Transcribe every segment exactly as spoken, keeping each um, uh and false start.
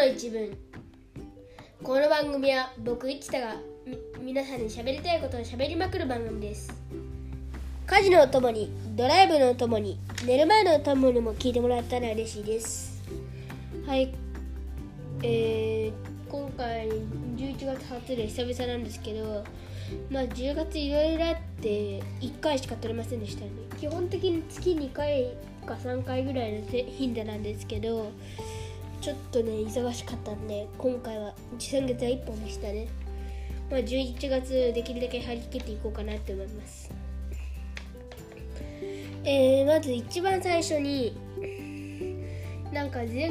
一文。この番組は僕一太がみ皆さんに喋りたいことを喋りまくる番組です。家事のお供に、ドライブのお供に、寝る前のお供にも聞いてもらったら嬉しいです。はい、えー、今回じゅういちがつ初で久々なんですけど、まあじゅうがついろいろあっていっかいしか撮れませんでしたね。基本的に月にかいかさんかいぐらいの頻度なんですけど、ちょっとね忙しかったんで、今回は先月はいっぽんでしたね。まあ、じゅういちがつできるだけ張り切っていこうかなって思います。えー、まず一番最初になんか前、うん、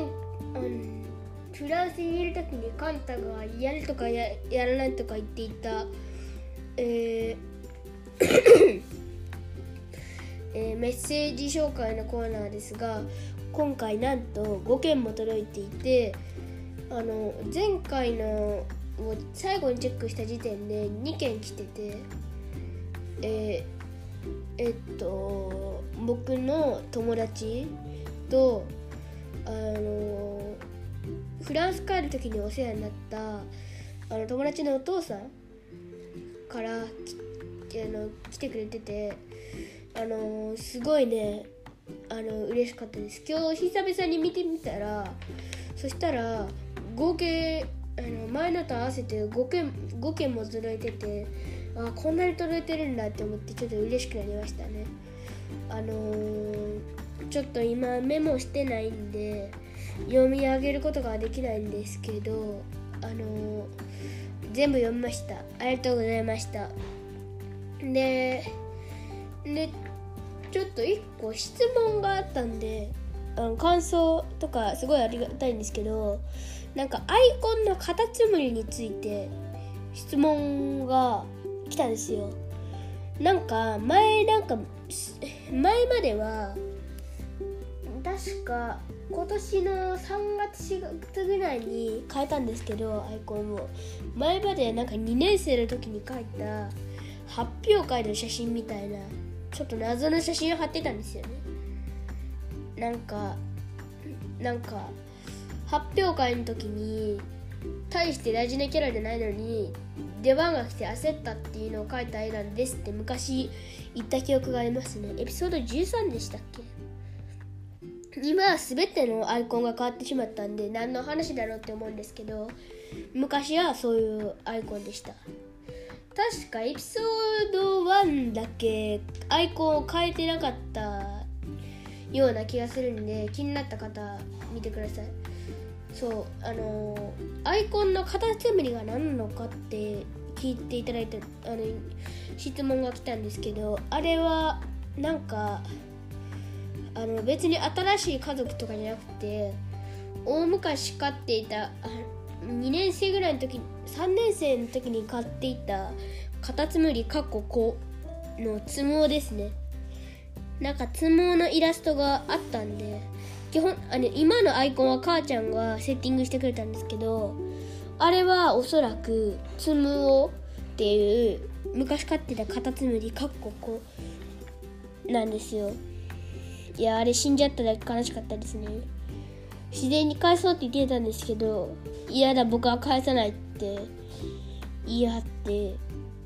フランスにいるときにカンタがやるとか や, やらないとか言っていた、えーえー、メッセージ紹介のコーナーですが、今回なんとごけんも届いていて、あの前回のを最後にチェックした時点でにけん来てて、えーえっと僕の友達とあのフランス帰る時にお世話になったあの友達のお父さんからきあの来てくれてて、あのすごいねあの嬉しかったです。今日久々に見てみたら、そしたら合計あの前のと合わせてごけんごけんも届いてて、あこんなに届いてるんだって思ってちょっと嬉しくなりましたね。あのー、ちょっと今メモしてないんで読み上げることができないんですけど、あのー、全部読みました。ありがとうございました。で、でちょっといっこ質問があったんで、あの感想とかすごいありがたいんですけど、なんかアイコンのカタツムリについて質問が来たんですよ。なんか前なんか前までは確か今年のさんがつしがつぐらいに変えたんですけど、アイコンを前までなんかにねん生の時に描いた発表会の写真みたいなちょっと謎の写真を貼ってたんですよね。なんかなんか発表会の時に大して大事なキャラじゃないのに出番が来て焦ったっていうのを書いた絵なんですって昔言った記憶がありますね。エピソードじゅうさんでしたっけ。今は全てのアイコンが変わってしまったんで何の話だろうって思うんですけど、昔はそういうアイコンでした。確かエピソードワンだけアイコンを変えてなかったような気がするんで、気になった方見てください。そうあのー、アイコンのカタツムリが何なのかって聞いていただいたあの質問が来たんですけど、あれはなんかあの別に新しい家族とかじゃなくて、大昔飼っていたにねん生ぐらいの時さんねん生の時に飼っていたカタツムリかっこ子のつむおですね。なんかつむおのイラストがあったんで、基本あの今のアイコンは母ちゃんがセッティングしてくれたんですけど、あれはおそらくつむおっていう昔飼ってたカタツムリかっこ子なんですよ。いやあれ死んじゃったら悲しかったですね。自然に返そうって言ってたんですけど、いやだ僕は返さないって言い張って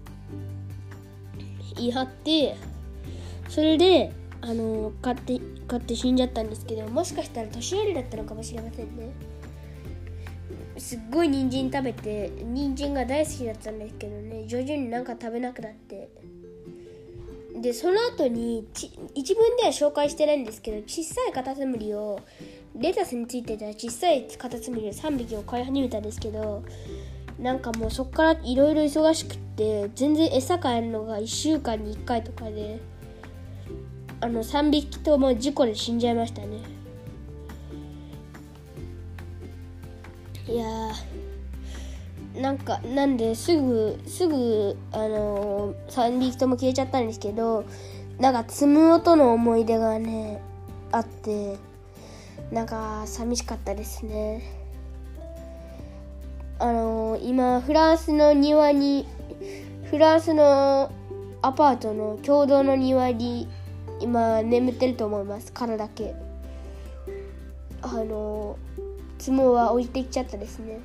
言い張ってそれであの買って買って死んじゃったんですけど、もしかしたら年寄りだったのかもしれませんね。すっごい人参食べて人参が大好きだったんですけどね、徐々になんか食べなくなって、でその後にち一文では紹介してないんですけど、小さいカタツムリをレタスについてた小さいカタツムリをさんびきを飼い始めたんですけど、なんかもうそっからいろいろ忙しくって全然餌変えるのがいっしゅうかんにいっかいとかで、あのさんびきとも事故で死んじゃいましたね。いやーなんかなんですぐすぐあのー、さんびきとも消えちゃったんですけど、なんかつむおとの思い出がねあって、なんか寂しかったですね。あのー、今フランスの庭にフランスのアパートの共同の庭に今眠ってると思います。殻だけあのつもは置いていっちゃったですね。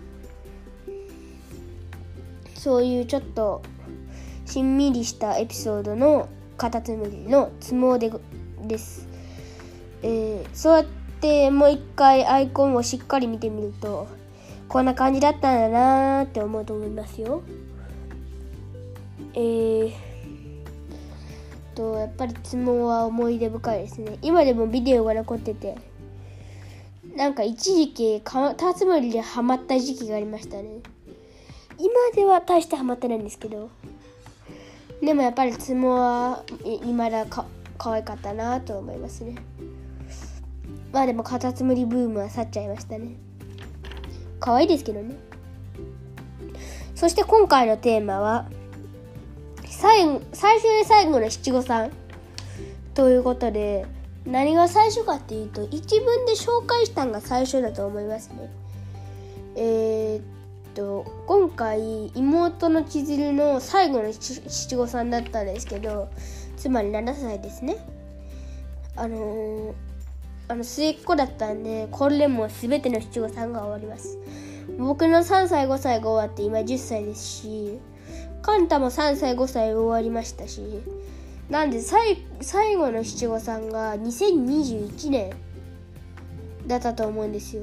そういうちょっとしんみりしたエピソードのカタツムリのつもでです、えー、そうやってもう一回アイコンをしっかり見てみるとこんな感じだったんだなーって思うと思いますよ。えーとやっぱりつもは思い出深いですね。今でもビデオが残ってて、なんか一時期カタツムリでハマった時期がありましたね。今では大してハマってないんですけど、でもやっぱりつもは今だか可愛かったなと思いますね。まあでもカタツムリブームは去っちゃいましたね。可愛いですけどね。そして今回のテーマは最後、最初で最後の七五三ということで、何が最初かっていうと一文で紹介したのが最初だと思いますね。えー、っと今回妹の千鶴の最後の七五三だったんですけど、つまりななさいですね。あのー、あの末っ子だったんで、これでもう全ての七五三が終わります。僕のさんさいごさいが終わって今じゅっさいですし、カンタもさんさいごさい終わりましたし、なんで 最, 最後の七五三がにせんにじゅういちねんだったと思うんですよ。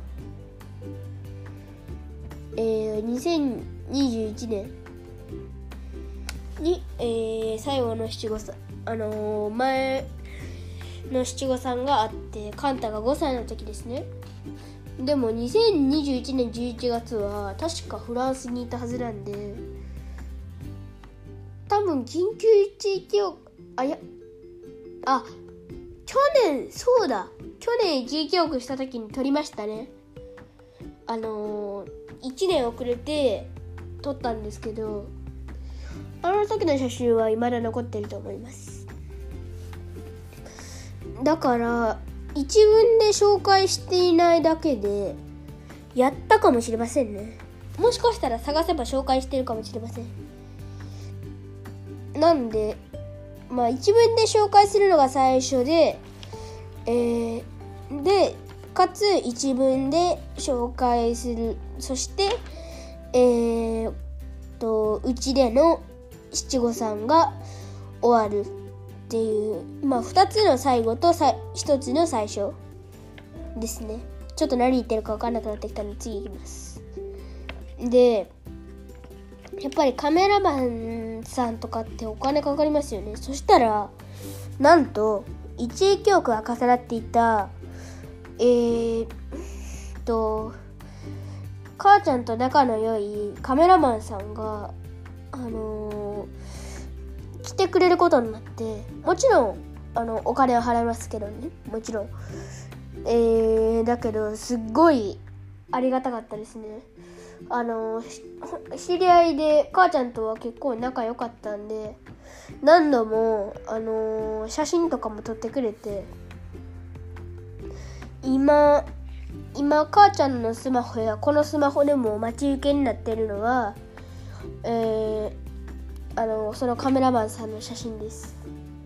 えー、にせんにじゅういちねんに、えー、最後の七五三、あのー、前の七五三があって、カンタがごさいの時ですね。でもにせんにじゅういちねんじゅういちがつは確かフランスにいたはずなんで、多分緊急地域をあいやあ去年そうだ去年地域記した時に撮りましたね。あのー、いちねん遅れて撮ったんですけど、あの時の写真は未だ残ってると思います。だから一文で紹介していないだけでやったかもしれませんね。もしかしたら探せば紹介してるかもしれません。なんでまあ一文で紹介するのが最初で、えー、でかつ一文で紹介する、そしてえー、とうちでの七五三が終わるっていう、まあふたつの最後とひとつの最初ですね。ちょっと何言ってるか分かんなくなってきたので次いきます。でやっぱりカメラマンさんとかってお金かかりますよね。そしたらなんと一位記憶が重なっていたえー、と母ちゃんと仲の良いカメラマンさんがあのー、来てくれることになって、もちろんあのお金は払いますけどね、もちろん、えー、だけどすっごいありがたかったですね。あの知り合いで母ちゃんとは結構仲良かったんで、何度も、あのー、写真とかも撮ってくれて、今今母ちゃんのスマホやこのスマホでも待ち受けになってるのは、えー、あのそのカメラマンさんの写真です。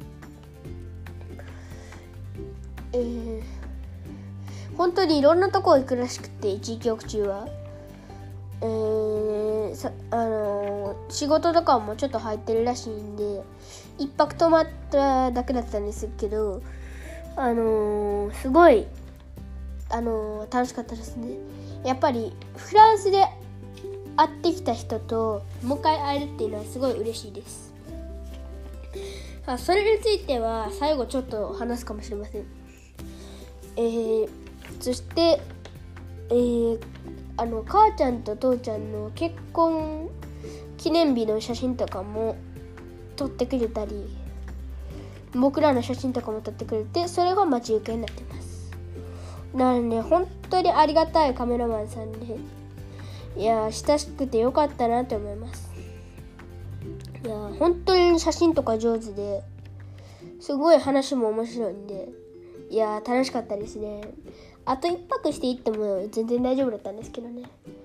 えー、本当にいろんなとこ行くらしくて、地域局中はえー、さあのー、仕事とかもちょっと入ってるらしいんで一泊泊まっただけだったんですけど、あのー、すごい、あのー、楽しかったですね。やっぱりフランスで会ってきた人ともう一回会えるっていうのはすごい嬉しいです。あ、それについては最後ちょっと話すかもしれません。えー、そしてえーあの母ちゃんと父ちゃんの結婚記念日の写真とかも撮ってくれたり、僕らの写真とかも撮ってくれて、それが待ち受けになってます。なので本当にありがたいカメラマンさんで、いや親しくてよかったなと思います。いや本当に写真とか上手で、すごい話も面白いんで、いや楽しかったですね。あと一泊していっても全然大丈夫だったんですけどね。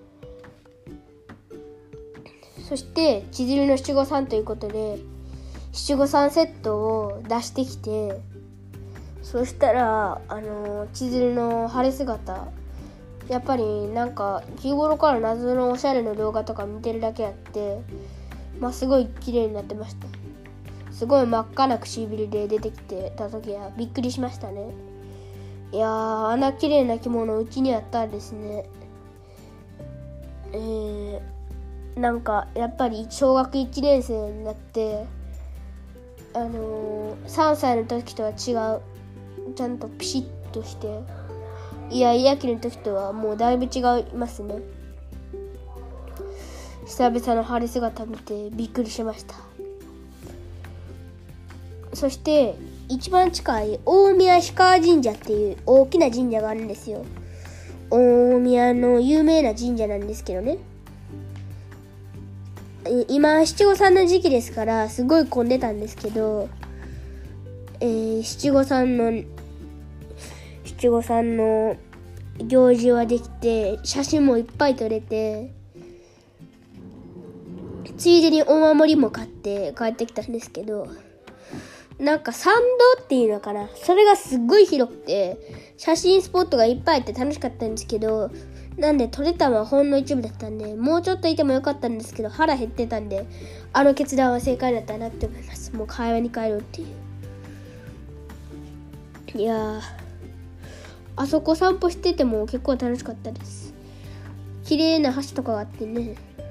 そして千鶴の七五三ということで七五三セットを出してきて、そしたらあの千鶴の晴れ姿やっぱりなんか日頃から謎のおしゃれの動画とか見てるだけあって、まあすごい綺麗になってました。すごい真っ赤な唇で出てきてた時はびっくりしましたね。いやー、あんな綺麗な着物うちにあったんですね。えー、なんかやっぱり小学いちねん生になってあのー、さんさいの時とは違う、ちゃんとピシッとしてイヤイヤ期の時とはもうだいぶ違いますね。久々の晴れ姿見てびっくりしました。そして一番近い大宮氷川神社っていう大きな神社があるんですよ。大宮の有名な神社なんですけどね、今七五三の時期ですからすごい混んでたんですけど、えー、七五三の七五三の行事はできて写真もいっぱい撮れて、ついでにお守りも買って帰ってきたんですけど、なんか参道っていうのかな、それがすっごい広くて写真スポットがいっぱいあって楽しかったんですけど、なんで撮れたのはほんの一部だったんで、もうちょっといてもよかったんですけど腹減ってたんで、あの決断は正解だったなって思います。もう会話に帰ろうっていう。いやー、あそこ散歩してても結構楽しかったです。綺麗な橋とかがあってね、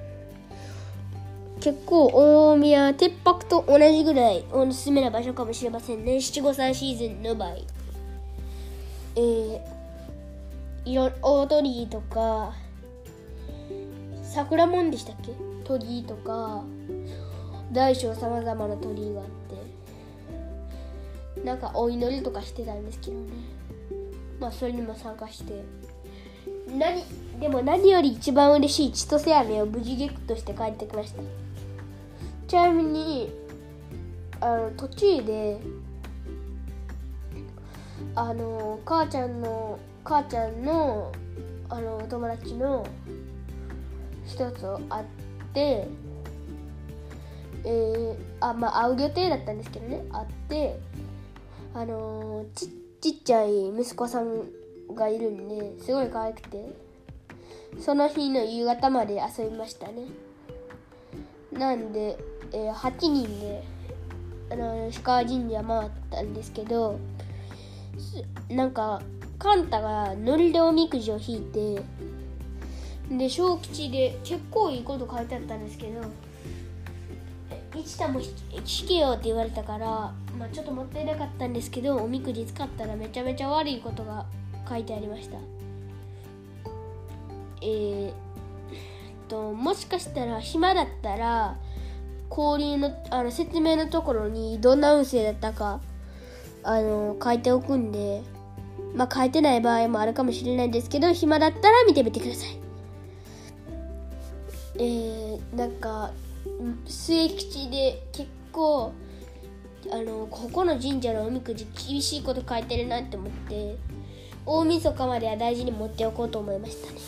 結構大宮鉄泊と同じぐらいおすすめな場所かもしれませんね、七五三シーズンの場合。えー、いろ大鳥居とか桜門でしたっけ、鳥居とか大小さまざまな鳥居があって、なんかお祈りとかしてたんですけどね、まあそれにも参加して、何でも何より一番嬉しい千歳飴を無事ゲットして帰ってきました。ちなみにあの途中であの母ちゃんの母ちゃんのあのお友達の一つ会って、えー、あまあ会う予定だったんですけどね、会ってあのちちっちゃい息子さんがいるんですごい可愛くて、その日の夕方まで遊びましたね。なんで、えー、はちにんであの氷川神社回ったんですけど、なんかカンタがノリでおみくじを引いて、で小吉で結構いいこと書いてあったんですけど、一田も引けよって言われたから、まあ、ちょっともったいなかったんですけど、おみくじ使ったらめちゃめちゃ悪いことが書いてありました。えー、ともしかしたら暇だったら交流の、あの説明のところにどんな運勢だったかあの書いておくんで、まあ書いてない場合もあるかもしれないんですけど、暇だったら見てみてください。えー、なんか末吉で結構あのここの神社のおみくじ厳しいこと書いてるなって思って、大晦日までは大事に持っておこうと思いましたね。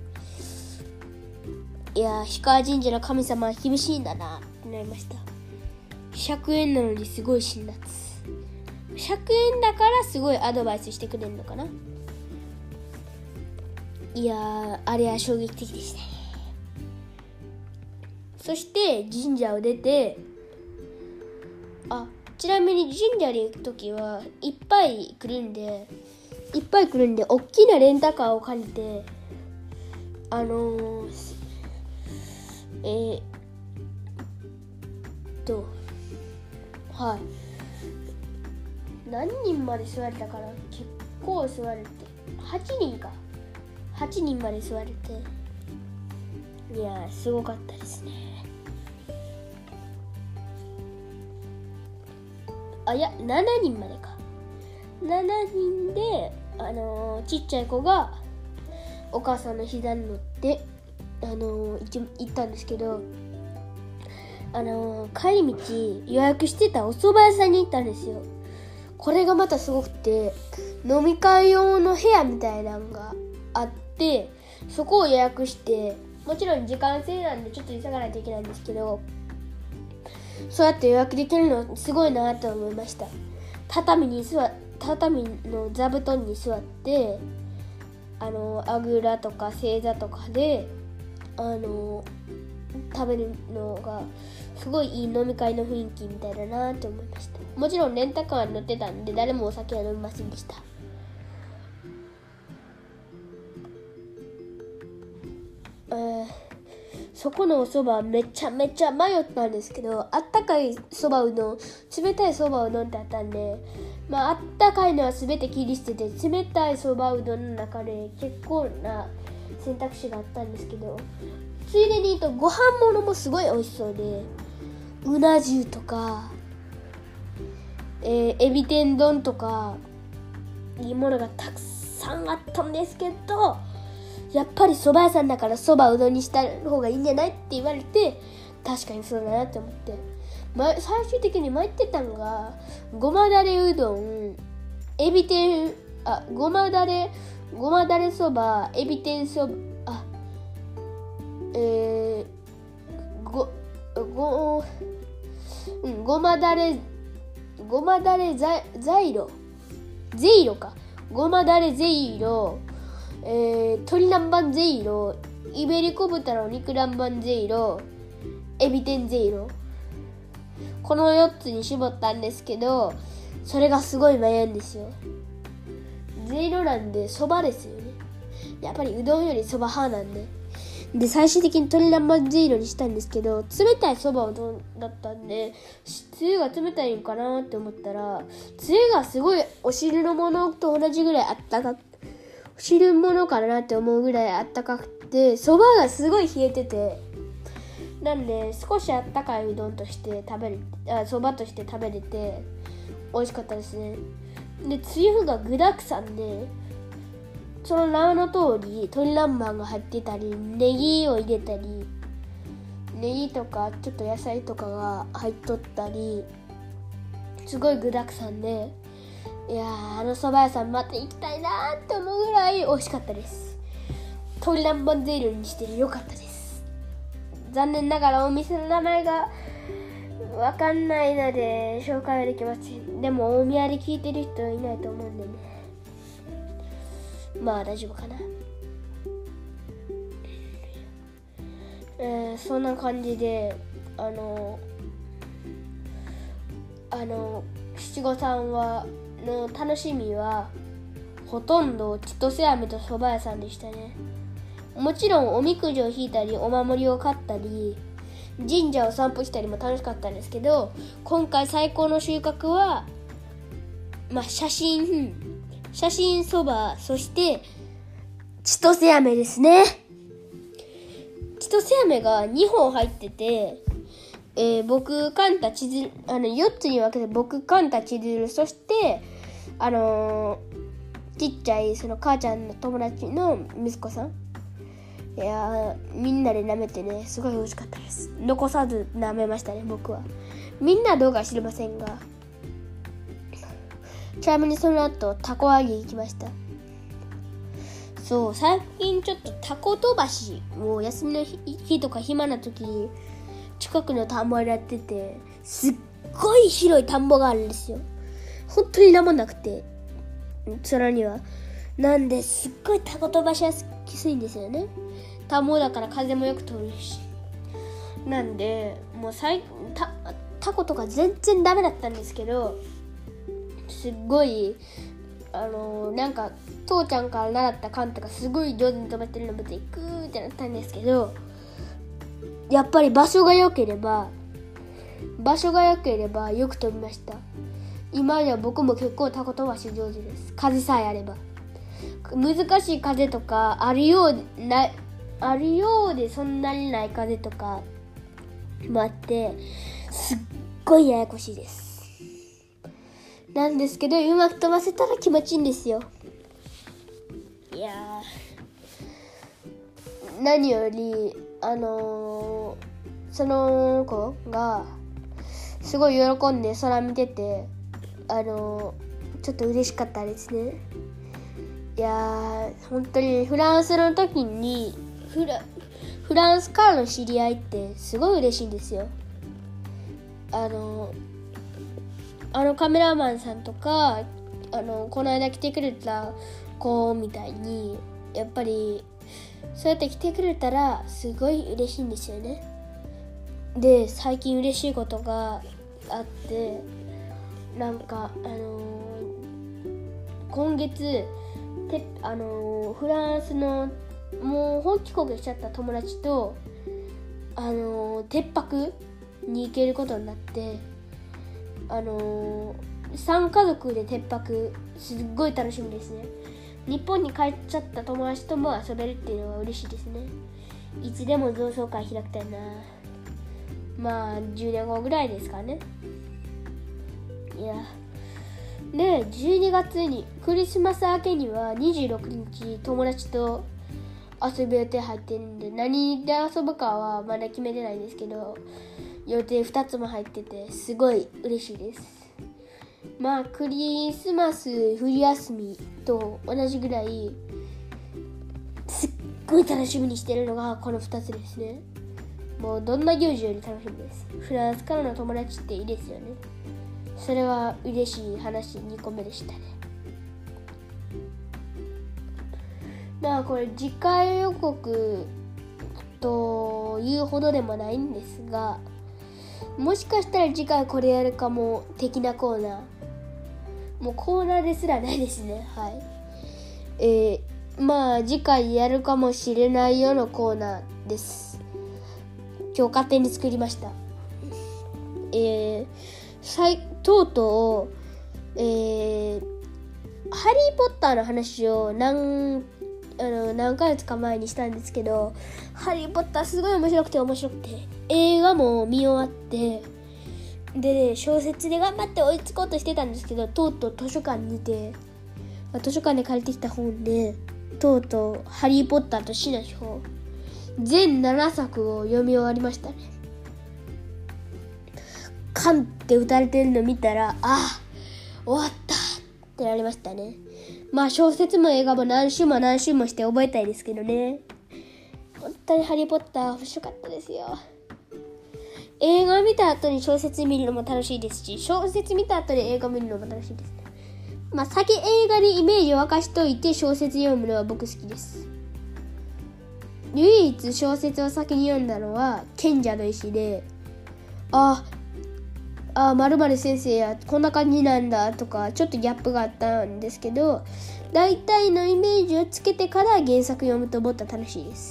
いやー、氷川神社の神様は厳しいんだなってなりました。ひゃくえんなのにすごい辛辣。ひゃくえんだからすごいアドバイスしてくれるのかな。いやー、あれは衝撃的でしたね。そして神社を出て、あ、ちなみに神社に行くときはいっぱい来るんでいっぱい来るんで大きなレンタカーを借りて、あのー、えー、っとはい何人まで座れたかな、結構座れてはちにんかはちにんまで座れて、いやーすごかったですね。あ、いやななにんまでか。ななにんで、あのー、ちっちゃい子がお母さんの膝に乗って、あのー、行ったんですけど、あのー、帰り道予約してたお蕎麦屋さんに行ったんですよ。これがまたすごくて、飲み会用の部屋みたいなのがあって、そこを予約して、もちろん時間制なんでちょっと急がないといけないんですけど、そうやって予約できるのすごいなと思いました。畳に座畳の座布団に座って、 あのあぐらとか正座とかであの食べるのがすごいいい飲み会の雰囲気みたいだなって思いました。もちろんレンタカーに乗ってたんで誰もお酒は飲みませんでした。えー、そこのお蕎麦めちゃめちゃ迷ったんですけど、あったかい蕎麦うどん、冷たい蕎麦うどんってあったんで、まああったかいのは全て切り捨てて冷たい蕎麦うどんの中で結構な選択肢があったんですけど、ついでに言うとご飯物もすごい美味しそうで、うな重とか、えー、エビ天丼とかいいものがたくさんあったんですけど、やっぱり蕎麦屋さんだから蕎麦うどんにした方がいいんじゃないって言われて、確かにそうだなって思って、ま、最終的に迷ってたのがごまだれうどん、エビ天、あ、ごまだれごまだれそば、エビ天そば、あ、えー、ごごうんごまだれごまだれざざいろぜいろかごまだれぜいろ、えー、鶏南蛮ぜいろ、イベリコ豚の肉南蛮ぜいろ、エビ天ぜいろ、このよっつに絞ったんですけど、それがすごい迷うんですよ。ぜいろなんでそばですよね。やっぱりうどんよりそば派なんで、で最終的に鶏南蛮ぜいろにしたんですけど、冷たいそばうどんだったんで、つゆが冷たいんかなって思ったら、つゆがすごいお汁のものと同じぐらいあったかく、お汁ものかなって思うぐらいあったかくて、そばがすごい冷えてて、なんで少しあったかいうどんとして食べる、あ、そばとして食べれて美味しかったですね。でつゆが具だくさんで、その名の通り鶏南蛮が入ってたり、ネギを入れたり、ネギとかちょっと野菜とかが入っとったり、すごい具だくさんで、いやー、あの蕎麦屋さんまた行きたいなーって思うぐらい美味しかったです。鶏南蛮ぜいろにしてよかったです。残念ながらお店の名前がわかんないので紹介はできません。でも大宮で聞いてる人はいないと思うんでね、まあ大丈夫かな。えー、そんな感じで、あのあの七五三はの楽しみはほとんど千歳飴と蕎麦屋さんでしたね。もちろんおみくじを引いたり、お守りを買ったり、神社を散歩したりも楽しかったんですけど、今回最高の収穫は、まあ、写真写真そば、そして千歳飴ですね。千歳飴がにほん入ってて、えー、僕、カンタ、千鶴、あのよっつに分けて、僕、カンタ、千鶴、そしてあのー、ちっちゃいその母ちゃんの友達の息子さん、いやみんなで舐めてね、すごい美味しかったです。残さず舐めましたね、僕は。みんなどうか知りませんが、ちなみにその後たこ揚げ行きました。そう、最近ちょっとタコ飛ばしを休みの日とか暇な時に近くの田んぼでやってて、すっごい広い田んぼがあるんですよ。本当に何もなくて、空には。なんですっごいタコ飛ばしやすいんですよね。田んぼだから風もよく通るし。なんでもうさい タ, タコとか全然ダメだったんですけど、すっごいあのー、なんか父ちゃんから習ったカンタがすごい上手に飛ばしてるのを見てグーってなったんですけど、やっぱり場所が良ければ場所が良ければよく飛びました。今では僕も結構タコ飛ばし上手です。風さえあれば。難しい風とかあるようなあるようでそんなにない風とかもあって、すっごいややこしいです。なんですけど、うまく飛ばせたら気持ちいいんですよ。いやー、何よりあのー、その子がすごい喜んで空見てて、あのー、ちょっと嬉しかったですね。いやー、本当にフランスの時にフラ、フランスからの知り合いってすごい嬉しいんですよ。あのーあのカメラマンさんとか、あのこの間来てくれた子みたいにやっぱりそうやって来てくれたらすごい嬉しいんですよね。で最近嬉しいことがあって、なんかあのー、今月てあのー、フランスのもう本帰国しちゃった友達とあのー、鉄泊に行けることになって、あのー、さん家族で鉄泊すっごい楽しみですね。日本に帰っちゃった友達とも遊べるっていうのは嬉しいですね。いつでも同窓会開きたいな。まあじゅうねんごぐらいですかね。いやでじゅうにがつにクリスマス明けにはにじゅうろくにち友達と遊ぶ予定入ってるんで、何で遊ぶかはまだ決めてないんですけど、予定ふたつも入っててすごい嬉しいです。まあクリスマス冬休みと同じぐらいすっごい楽しみにしてるのがこのふたつですね。もうどんな行事より楽しみです。フランスからの友達っていいですよね。それは嬉しい話にこめでしたね。まあこれ次回予告というほどでもないんですが、もしかしたら次回これやるかも的なコーナー、もうコーナーですらないですね。はい。えー、まあ次回やるかもしれないよのコーナーです。今日勝手に作りました。えー、とうとう、えー、ハリーポッターの話を何あの何ヶ月か前にしたんですけど、ハリーポッターすごい面白くて面白くて映画も見終わって、で、ね、小説で頑張って追いつこうとしてたんですけど、とうとう図書館にて図書館で借りてきた本でとうとうハリーポッターと死の秘宝全ななさくを読み終わりましたね。カンって打たれてるの見たら、あ終わったってなりましたね。まあ小説も映画も何週も何週もして覚えたいですけどね。本当にハリーポッター面白かったですよ。映画見た後に小説見るのも楽しいですし、小説見た後に映画見るのも楽しいです。まあ先映画でイメージを沸かしといて小説読むのは僕好きです。唯一小説を先に読んだのは賢者の石で、ああ〇〇先生やこんな感じなんだとかちょっとギャップがあったんですけど、大体のイメージをつけてから原作読むともっと楽しいです。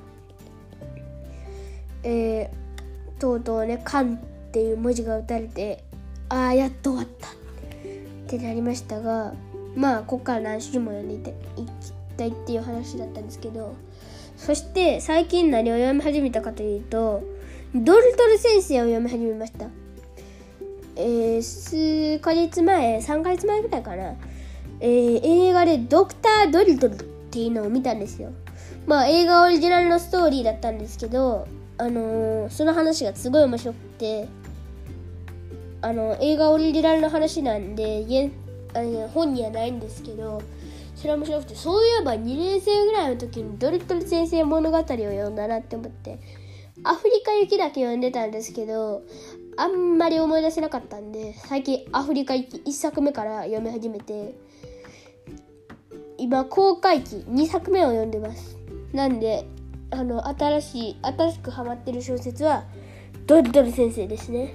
えー、とうとうねカンっていう文字が打たれて、ああやっと終わったってなりましたが、まあここから何週も読んでいきたいっていう話だったんですけど、そして最近何を読み始めたかというと、ドルトル先生を読み始めました。えー、数ヶ月前、さんかげつまえぐらいかな、えー、映画でドクタードリトルっていうのを見たんですよ。まあ映画オリジナルのストーリーだったんですけど、あのー、その話がすごい面白くて、あの映画オリジナルの話なんであの本にはないんですけど、それは面白くて、そういえばにねん生ぐらいの時にドリトル先生物語を読んだなって思って、アフリカ行きだけ読んでたんですけど、あんまり思い出せなかったんで、最近アフリカ行きいっさくめから読み始めて、今航海記にさくめを読んでます。なんであの新しい新しくハマってる小説はドリトル先生ですね。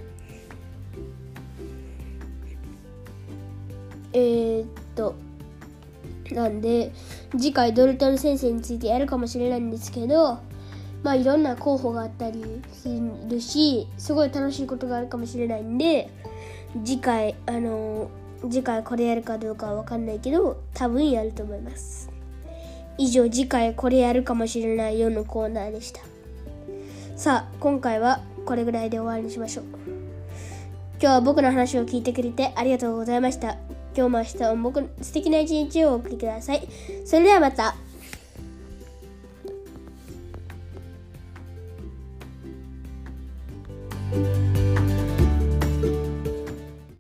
えー、っとなんで次回ドリトル先生についてやるかもしれないんですけど、まあいろんな候補があったりするし、すごい楽しいことがあるかもしれないんで、次回あの次回これやるかどうかは分かんないけど多分やると思います。以上、次回これやるかもしれないよのコーナーでした。さあ今回はこれぐらいで終わりにしましょう。今日は僕の話を聞いてくれてありがとうございました。今日も明日も僕素敵な一日をお送りください。それではまた。